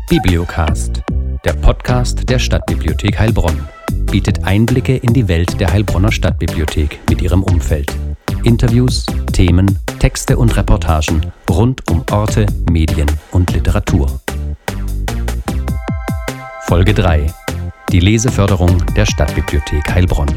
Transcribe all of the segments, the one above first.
Bibliocast, der Podcast der Stadtbibliothek Heilbronn, bietet Einblicke in die Welt der Heilbronner Stadtbibliothek mit ihrem Umfeld. Interviews, Themen, Texte und Reportagen rund um Orte, Medien und Literatur. Folge 3: Die Leseförderung der Stadtbibliothek Heilbronn.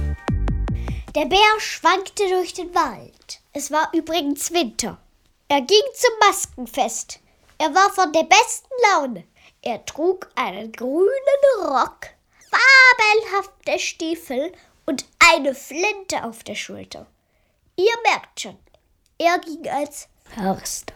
Der Bär schwankte durch den Wald. Es war übrigens Winter. Er ging zum Maskenfest. Er war von der besten Laune. Er trug einen grünen Rock, fabelhafte Stiefel und eine Flinte auf der Schulter. Ihr merkt schon, er ging als Förster.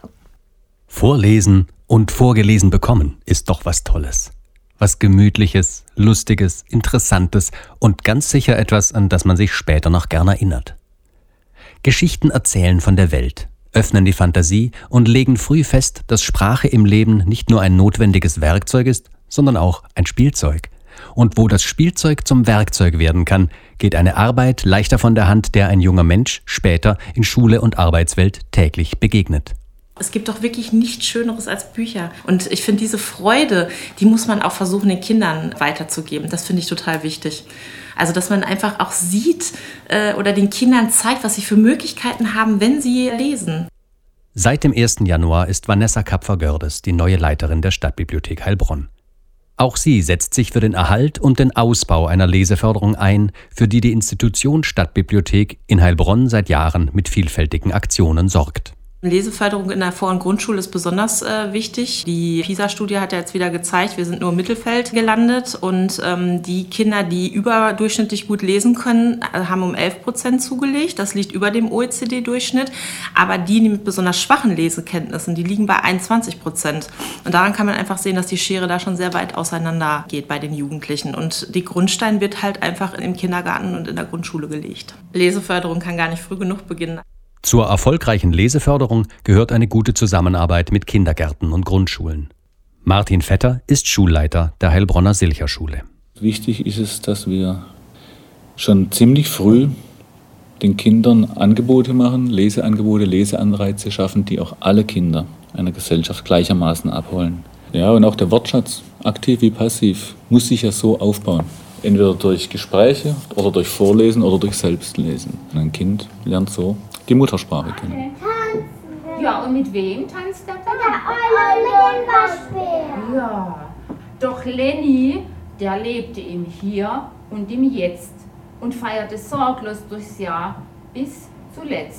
Vorlesen und vorgelesen bekommen ist doch was Tolles. Was Gemütliches, Lustiges, Interessantes und ganz sicher etwas, an das man sich später noch gern erinnert. Geschichten erzählen von der Welt, öffnen die Fantasie und legen früh fest, dass Sprache im Leben nicht nur ein notwendiges Werkzeug ist, sondern auch ein Spielzeug. Und wo das Spielzeug zum Werkzeug werden kann, geht eine Arbeit leichter von der Hand, der ein junger Mensch später in Schule und Arbeitswelt täglich begegnet. Es gibt doch wirklich nichts Schöneres als Bücher. Und ich finde, diese Freude, die muss man auch versuchen, den Kindern weiterzugeben. Das finde ich total wichtig. Also, dass man einfach auch sieht oder den Kindern zeigt, was sie für Möglichkeiten haben, wenn sie lesen. Seit dem 1. Januar ist Vanessa Kapfer-Gördes die neue Leiterin der Stadtbibliothek Heilbronn. Auch sie setzt sich für den Erhalt und den Ausbau einer Leseförderung ein, für die die Institution Stadtbibliothek in Heilbronn seit Jahren mit vielfältigen Aktionen sorgt. Leseförderung in der Vor- und Grundschule ist besonders wichtig. Die PISA-Studie hat ja jetzt wieder gezeigt, wir sind nur im Mittelfeld gelandet und die Kinder, die überdurchschnittlich gut lesen können, haben um 11% zugelegt. Das liegt über dem OECD-Durchschnitt. Aber die mit besonders schwachen Lesekenntnissen, die liegen bei 21%. Und daran kann man einfach sehen, dass die Schere da schon sehr weit auseinander geht bei den Jugendlichen. Und die Grundstein wird halt einfach im Kindergarten und in der Grundschule gelegt. Leseförderung kann gar nicht früh genug beginnen. Zur erfolgreichen Leseförderung gehört eine gute Zusammenarbeit mit Kindergärten und Grundschulen. Martin Vetter ist Schulleiter der Heilbronner Silcherschule. Wichtig ist es, dass wir schon ziemlich früh den Kindern Angebote machen, Leseangebote, Leseanreize schaffen, die auch alle Kinder einer Gesellschaft gleichermaßen abholen. Ja, und auch der Wortschatz, aktiv wie passiv, muss sich ja so aufbauen. Entweder durch Gespräche oder durch Vorlesen oder durch Selbstlesen. Ein Kind lernt so die Muttersprache kennen. Ja, und mit wem tanzt er da? Mit dem Waschbär. Ja, doch Lenny, der lebte im Hier und im Jetzt und feierte sorglos durchs Jahr bis zuletzt.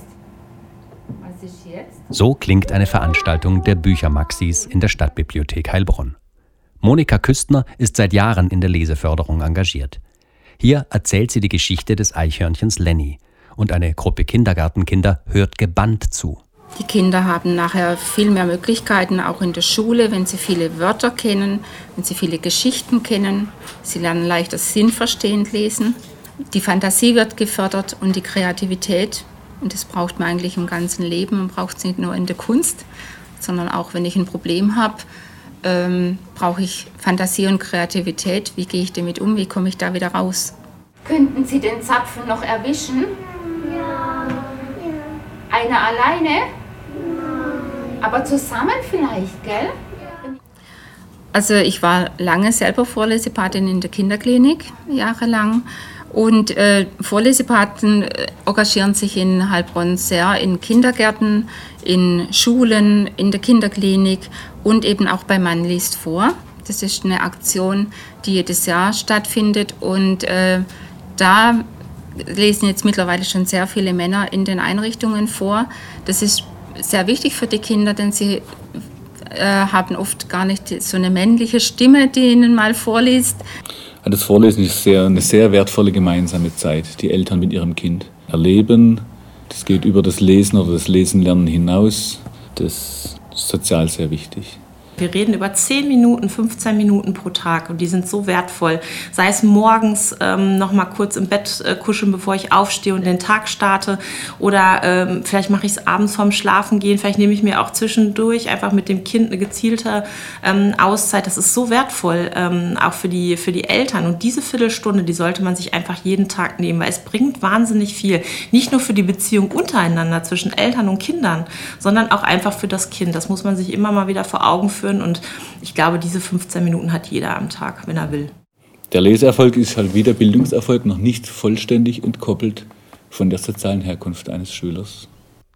Was ist jetzt? So klingt eine Veranstaltung der Büchermaxis in der Stadtbibliothek Heilbronn. Monika Küstner ist seit Jahren in der Leseförderung engagiert. Hier erzählt sie die Geschichte des Eichhörnchens Lenny. Und eine Gruppe Kindergartenkinder hört gebannt zu. Die Kinder haben nachher viel mehr Möglichkeiten, auch in der Schule, wenn sie viele Wörter kennen, wenn sie viele Geschichten kennen. Sie lernen leichter sinnverstehend lesen. Die Fantasie wird gefördert und die Kreativität. Und das braucht man eigentlich im ganzen Leben. Man braucht es nicht nur in der Kunst, sondern auch, wenn ich ein Problem habe, brauche ich Fantasie und Kreativität. Wie gehe ich damit um? Wie komme ich da wieder raus? Könnten Sie den Zapfen noch erwischen? Ja. Einer alleine? Nein. Aber zusammen vielleicht, gell? Also ich war lange selber Vorlesepatin in der Kinderklinik, jahrelang. Und Vorlesepaten engagieren sich in Heilbronn sehr in Kindergärten, in Schulen, in der Kinderklinik und eben auch bei Mann liest vor. Das ist eine Aktion, die jedes Jahr stattfindet und da lesen jetzt mittlerweile schon sehr viele Männer in den Einrichtungen vor. Das ist sehr wichtig für die Kinder, denn sie haben oft gar nicht so eine männliche Stimme, die ihnen mal vorliest. Das Vorlesen ist eine sehr wertvolle gemeinsame Zeit, die Eltern mit ihrem Kind erleben. Das geht über das Lesen oder das Lesenlernen hinaus. Das ist sozial sehr wichtig. Wir reden über 10 Minuten, 15 Minuten pro Tag und die sind so wertvoll. Sei es morgens noch mal kurz im Bett kuscheln, bevor ich aufstehe und den Tag starte oder vielleicht mache ich es abends vorm Schlafengehen. Vielleicht nehme ich mir auch zwischendurch einfach mit dem Kind eine gezielte Auszeit. Das ist so wertvoll, auch für die Eltern. Und diese Viertelstunde, die sollte man sich einfach jeden Tag nehmen, weil es bringt wahnsinnig viel. Nicht nur für die Beziehung untereinander zwischen Eltern und Kindern, sondern auch einfach für das Kind. Das muss man sich immer mal wieder vor Augen führen. durchführen. Und ich glaube, diese 15 Minuten hat jeder am Tag, wenn er will. Der Leseerfolg ist halt wie der Bildungserfolg noch nicht vollständig entkoppelt von der sozialen Herkunft eines Schülers.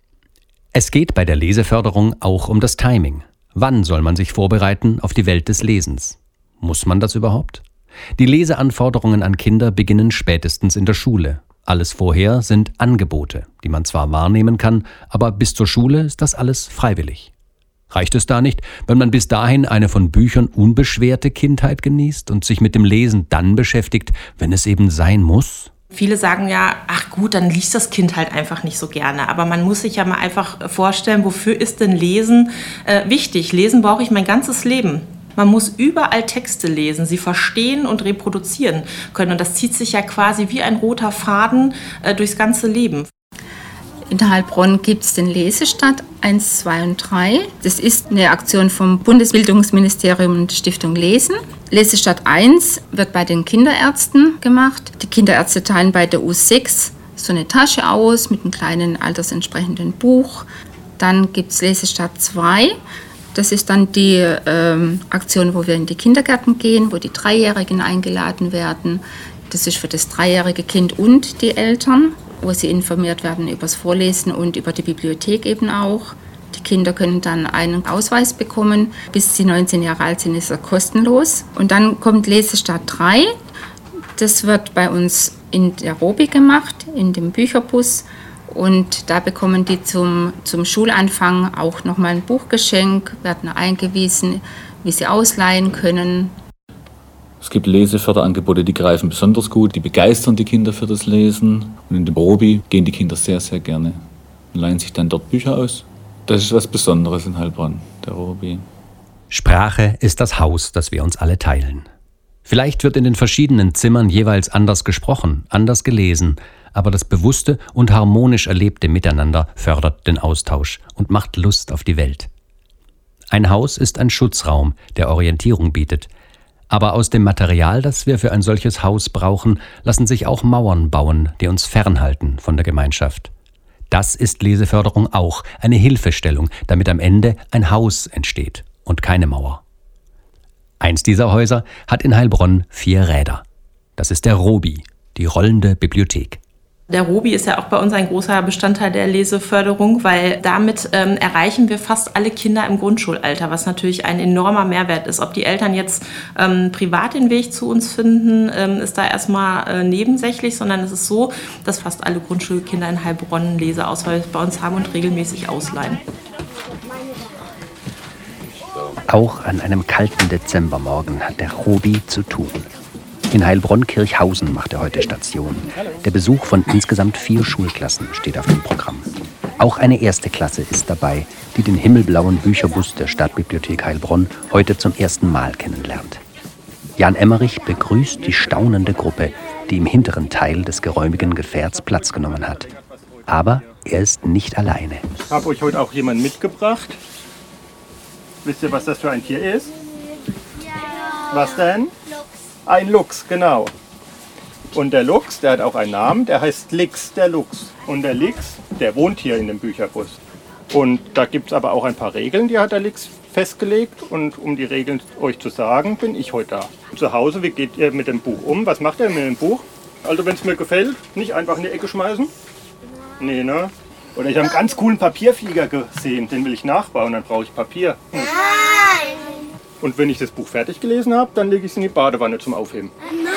Es geht bei der Leseförderung auch um das Timing. Wann soll man sich vorbereiten auf die Welt des Lesens? Muss man das überhaupt? Die Leseanforderungen an Kinder beginnen spätestens in der Schule. Alles vorher sind Angebote, die man zwar wahrnehmen kann, aber bis zur Schule ist das alles freiwillig. Reicht es da nicht, wenn man bis dahin eine von Büchern unbeschwerte Kindheit genießt und sich mit dem Lesen dann beschäftigt, wenn es eben sein muss? Viele sagen ja, ach gut, dann liest das Kind halt einfach nicht so gerne. Aber man muss sich ja mal einfach vorstellen, wofür ist denn Lesen wichtig? Lesen brauche ich mein ganzes Leben. Man muss überall Texte lesen, sie verstehen und reproduzieren können. Und das zieht sich ja quasi wie ein roter Faden durchs ganze Leben. In Heilbronn gibt es den Lesestart 1, 2 und 3. Das ist eine Aktion vom Bundesbildungsministerium und Stiftung Lesen. Lesestart 1 wird bei den Kinderärzten gemacht. Die Kinderärzte teilen bei der U6 so eine Tasche aus mit einem kleinen altersentsprechenden Buch. Dann gibt es Lesestart 2. Das ist dann die Aktion, wo wir in die Kindergärten gehen, wo die Dreijährigen eingeladen werden. Das ist für das 3-jährige Kind und die Eltern, wo sie informiert werden über das Vorlesen und über die Bibliothek eben auch. Die Kinder können dann einen Ausweis bekommen. Bis sie 19 Jahre alt sind, ist er kostenlos. Und dann kommt Lesestart 3. Das wird bei uns in der Robi gemacht, in dem Bücherbus. Und da bekommen die zum Schulanfang auch nochmal ein Buchgeschenk, werden eingewiesen, wie sie ausleihen können. Es gibt Leseförderangebote, die greifen besonders gut, die begeistern die Kinder für das Lesen. Und in dem Robi gehen die Kinder sehr, sehr gerne und leihen sich dann dort Bücher aus. Das ist was Besonderes in Heilbronn, der Robi. Sprache ist das Haus, das wir uns alle teilen. Vielleicht wird in den verschiedenen Zimmern jeweils anders gesprochen, anders gelesen, aber das bewusste und harmonisch erlebte Miteinander fördert den Austausch und macht Lust auf die Welt. Ein Haus ist ein Schutzraum, der Orientierung bietet. Aber aus dem Material, das wir für ein solches Haus brauchen, lassen sich auch Mauern bauen, die uns fernhalten von der Gemeinschaft. Das ist Leseförderung auch, eine Hilfestellung, damit am Ende ein Haus entsteht und keine Mauer. Eins dieser Häuser hat in Heilbronn 4 Räder. Das ist der Robi, die rollende Bibliothek. Der Robi ist ja auch bei uns ein großer Bestandteil der Leseförderung, weil damit erreichen wir fast alle Kinder im Grundschulalter, was natürlich ein enormer Mehrwert ist. Ob die Eltern jetzt privat den Weg zu uns finden, ist da erstmal nebensächlich, sondern es ist so, dass fast alle Grundschulkinder in Heilbronn einen Leseausweis bei uns haben und regelmäßig ausleihen. Auch an einem kalten Dezembermorgen hat der Robi zu tun. In Heilbronn-Kirchhausen macht er heute Station. Der Besuch von insgesamt 4 Schulklassen steht auf dem Programm. Auch eine 1. Klasse ist dabei, die den himmelblauen Bücherbus der Stadtbibliothek Heilbronn heute zum ersten Mal kennenlernt. Jan Emmerich begrüßt die staunende Gruppe, die im hinteren Teil des geräumigen Gefährts Platz genommen hat. Aber er ist nicht alleine. Ich habe euch heute auch jemanden mitgebracht. Wisst ihr, was das für ein Tier ist? Was denn? Ein Luchs, genau. Und der Luchs, der hat auch einen Namen, der heißt Lix, der Luchs. Und der Lix, der wohnt hier in dem Bücherbus. Und da gibt es aber auch ein paar Regeln, die hat der Lix festgelegt. Und um die Regeln euch zu sagen, bin ich heute da. Zu Hause, wie geht ihr mit dem Buch um? Was macht ihr mit dem Buch? Also wenn es mir gefällt, nicht einfach in die Ecke schmeißen? Nee, ne? Oder ich habe einen ganz coolen Papierflieger gesehen, den will ich nachbauen, dann brauche ich Papier. Nein! Und wenn ich das Buch fertig gelesen habe, dann lege ich es in die Badewanne zum Aufheben.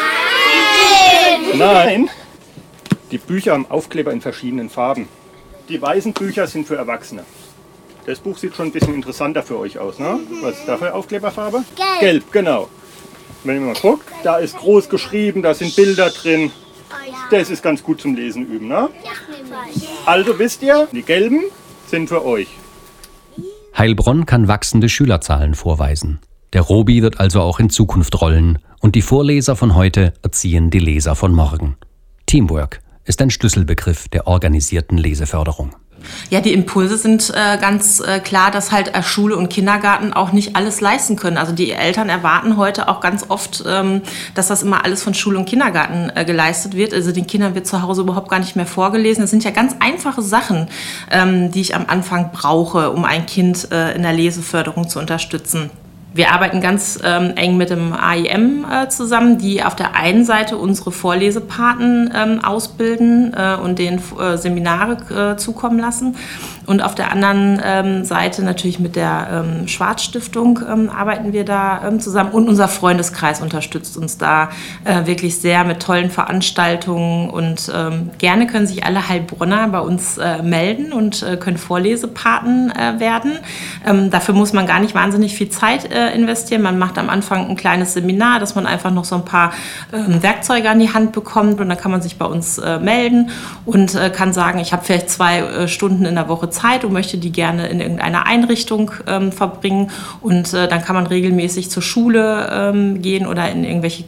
Nein! Nein! Die Bücher haben Aufkleber in verschiedenen Farben. Die weißen Bücher sind für Erwachsene. Das Buch sieht schon ein bisschen interessanter für euch aus, ne? Was ist da für Aufkleberfarbe? Gelb. Gelb, genau. Wenn ihr mal guckt, da ist groß geschrieben, da sind Bilder drin. Das ist ganz gut zum Lesen üben, ne? Also wisst ihr, die gelben sind für euch. Heilbronn kann wachsende Schülerzahlen vorweisen. Der Robi wird also auch in Zukunft rollen und die Vorleser von heute erziehen die Leser von morgen. Teamwork ist ein Schlüsselbegriff der organisierten Leseförderung. Ja, die Impulse sind ganz klar, dass halt Schule und Kindergarten auch nicht alles leisten können. Also die Eltern erwarten heute auch ganz oft, dass das immer alles von Schule und Kindergarten geleistet wird. Also den Kindern wird zu Hause überhaupt gar nicht mehr vorgelesen. Das sind ja ganz einfache Sachen, die ich am Anfang brauche, um ein Kind in der Leseförderung zu unterstützen. Wir arbeiten ganz eng mit dem AIM zusammen, die auf der einen Seite unsere Vorlesepaten ausbilden und denen Seminare zukommen lassen. Und auf der anderen Seite natürlich mit der Schwarz-Stiftung arbeiten wir da zusammen. Und unser Freundeskreis unterstützt uns da wirklich sehr mit tollen Veranstaltungen. Und gerne können sich alle Heilbronner bei uns melden und können Vorlesepaten werden. Dafür muss man gar nicht wahnsinnig viel Zeit investieren. Man macht am Anfang ein kleines Seminar, dass man einfach noch so ein paar Werkzeuge an die Hand bekommt. Und dann kann man sich bei uns melden und kann sagen, ich habe vielleicht 2 Stunden in der Woche Zeit und möchte die gerne in irgendeiner Einrichtung verbringen. Und dann kann man regelmäßig zur Schule gehen oder in irgendwelche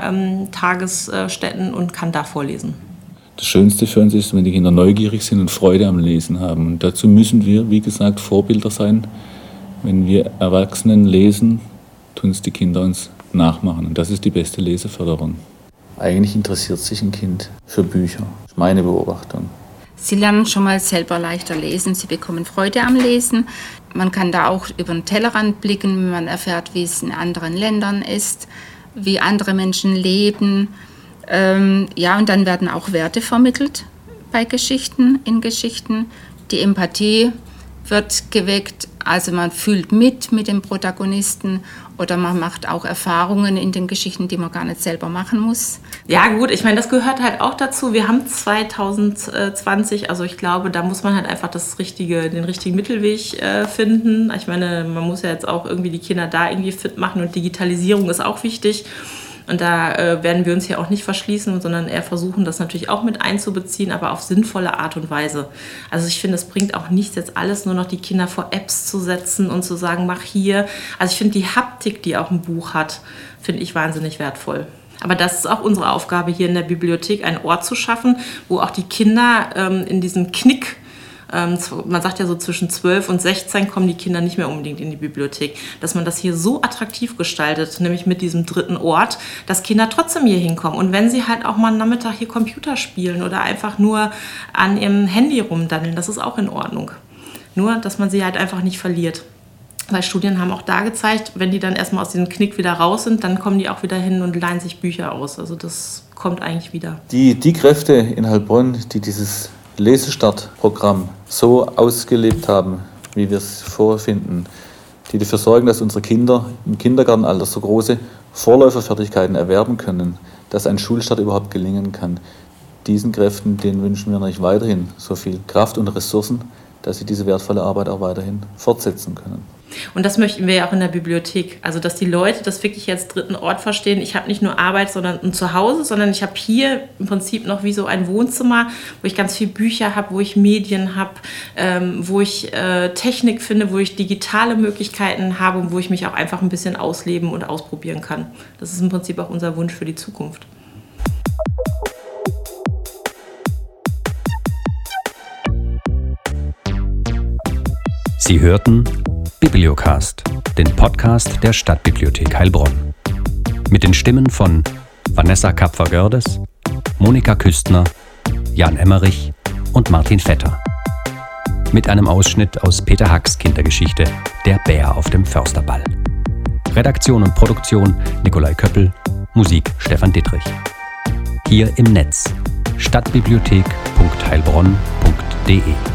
Kindertagesstätten und kann da vorlesen. Das Schönste für uns ist, wenn die Kinder neugierig sind und Freude am Lesen haben. Und dazu müssen wir, wie gesagt, Vorbilder sein. Wenn wir Erwachsenen lesen, tun es die Kinder uns nachmachen. Und das ist die beste Leseförderung. Eigentlich interessiert sich ein Kind für Bücher. Das ist meine Beobachtung. Sie lernen schon mal selber leichter lesen, sie bekommen Freude am Lesen. Man kann da auch über den Tellerrand blicken, wenn man erfährt, wie es in anderen Ländern ist, wie andere Menschen leben. Und dann werden auch Werte vermittelt bei Geschichten, in Geschichten. Die Empathie wird geweckt, also man fühlt mit dem Protagonisten oder man macht auch Erfahrungen in den Geschichten, die man gar nicht selber machen muss. Ja gut, ich meine, das gehört halt auch dazu. Wir haben 2020, also ich glaube, da muss man halt einfach den richtigen Mittelweg finden. Ich meine, man muss ja jetzt auch irgendwie die Kinder da irgendwie fit machen und Digitalisierung ist auch wichtig. Und da werden wir uns hier auch nicht verschließen, sondern eher versuchen, das natürlich auch mit einzubeziehen, aber auf sinnvolle Art und Weise. Also ich finde, es bringt auch nichts, jetzt alles nur noch die Kinder vor Apps zu setzen und zu sagen, mach hier. Also ich finde die Haptik, die auch ein Buch hat, finde ich wahnsinnig wertvoll. Aber das ist auch unsere Aufgabe hier in der Bibliothek, einen Ort zu schaffen, wo auch die Kinder in diesem Knick, man sagt ja so zwischen 12 und 16 kommen die Kinder nicht mehr unbedingt in die Bibliothek, dass man das hier so attraktiv gestaltet, nämlich mit diesem dritten Ort, dass Kinder trotzdem hier hinkommen. Und wenn sie halt auch mal einen Nachmittag hier Computer spielen oder einfach nur an ihrem Handy rumdaddeln, das ist auch in Ordnung. Nur, dass man sie halt einfach nicht verliert. Weil Studien haben auch da gezeigt, wenn die dann erstmal aus diesem Knick wieder raus sind, dann kommen die auch wieder hin und leihen sich Bücher aus. Also das kommt eigentlich wieder. Die Kräfte in Heilbronn, die dieses Lesestartprogramm so ausgelebt haben, wie wir es vorfinden, die dafür sorgen, dass unsere Kinder im Kindergartenalter so große Vorläuferfertigkeiten erwerben können, dass ein Schulstart überhaupt gelingen kann. Diesen Kräften, denen wünschen wir natürlich weiterhin so viel Kraft und Ressourcen, dass sie diese wertvolle Arbeit auch weiterhin fortsetzen können. Und das möchten wir ja auch in der Bibliothek. Also, dass die Leute das wirklich als dritten Ort verstehen. Ich habe nicht nur Arbeit, sondern ein Zuhause, sondern ich habe hier im Prinzip noch wie so ein Wohnzimmer, wo ich ganz viele Bücher habe, wo ich Medien habe, wo ich Technik finde, wo ich digitale Möglichkeiten habe und wo ich mich auch einfach ein bisschen ausleben und ausprobieren kann. Das ist im Prinzip auch unser Wunsch für die Zukunft. Sie hörten Bibliocast, den Podcast der Stadtbibliothek Heilbronn. Mit den Stimmen von Vanessa Kapfer-Gördes, Monika Küstner, Jan Emmerich und Martin Vetter. Mit einem Ausschnitt aus Peter Hacks Kindergeschichte Der Bär auf dem Försterball. Redaktion und Produktion Nikolai Köppel, Musik Stefan Dittrich. Hier im Netz stadtbibliothek.heilbronn.de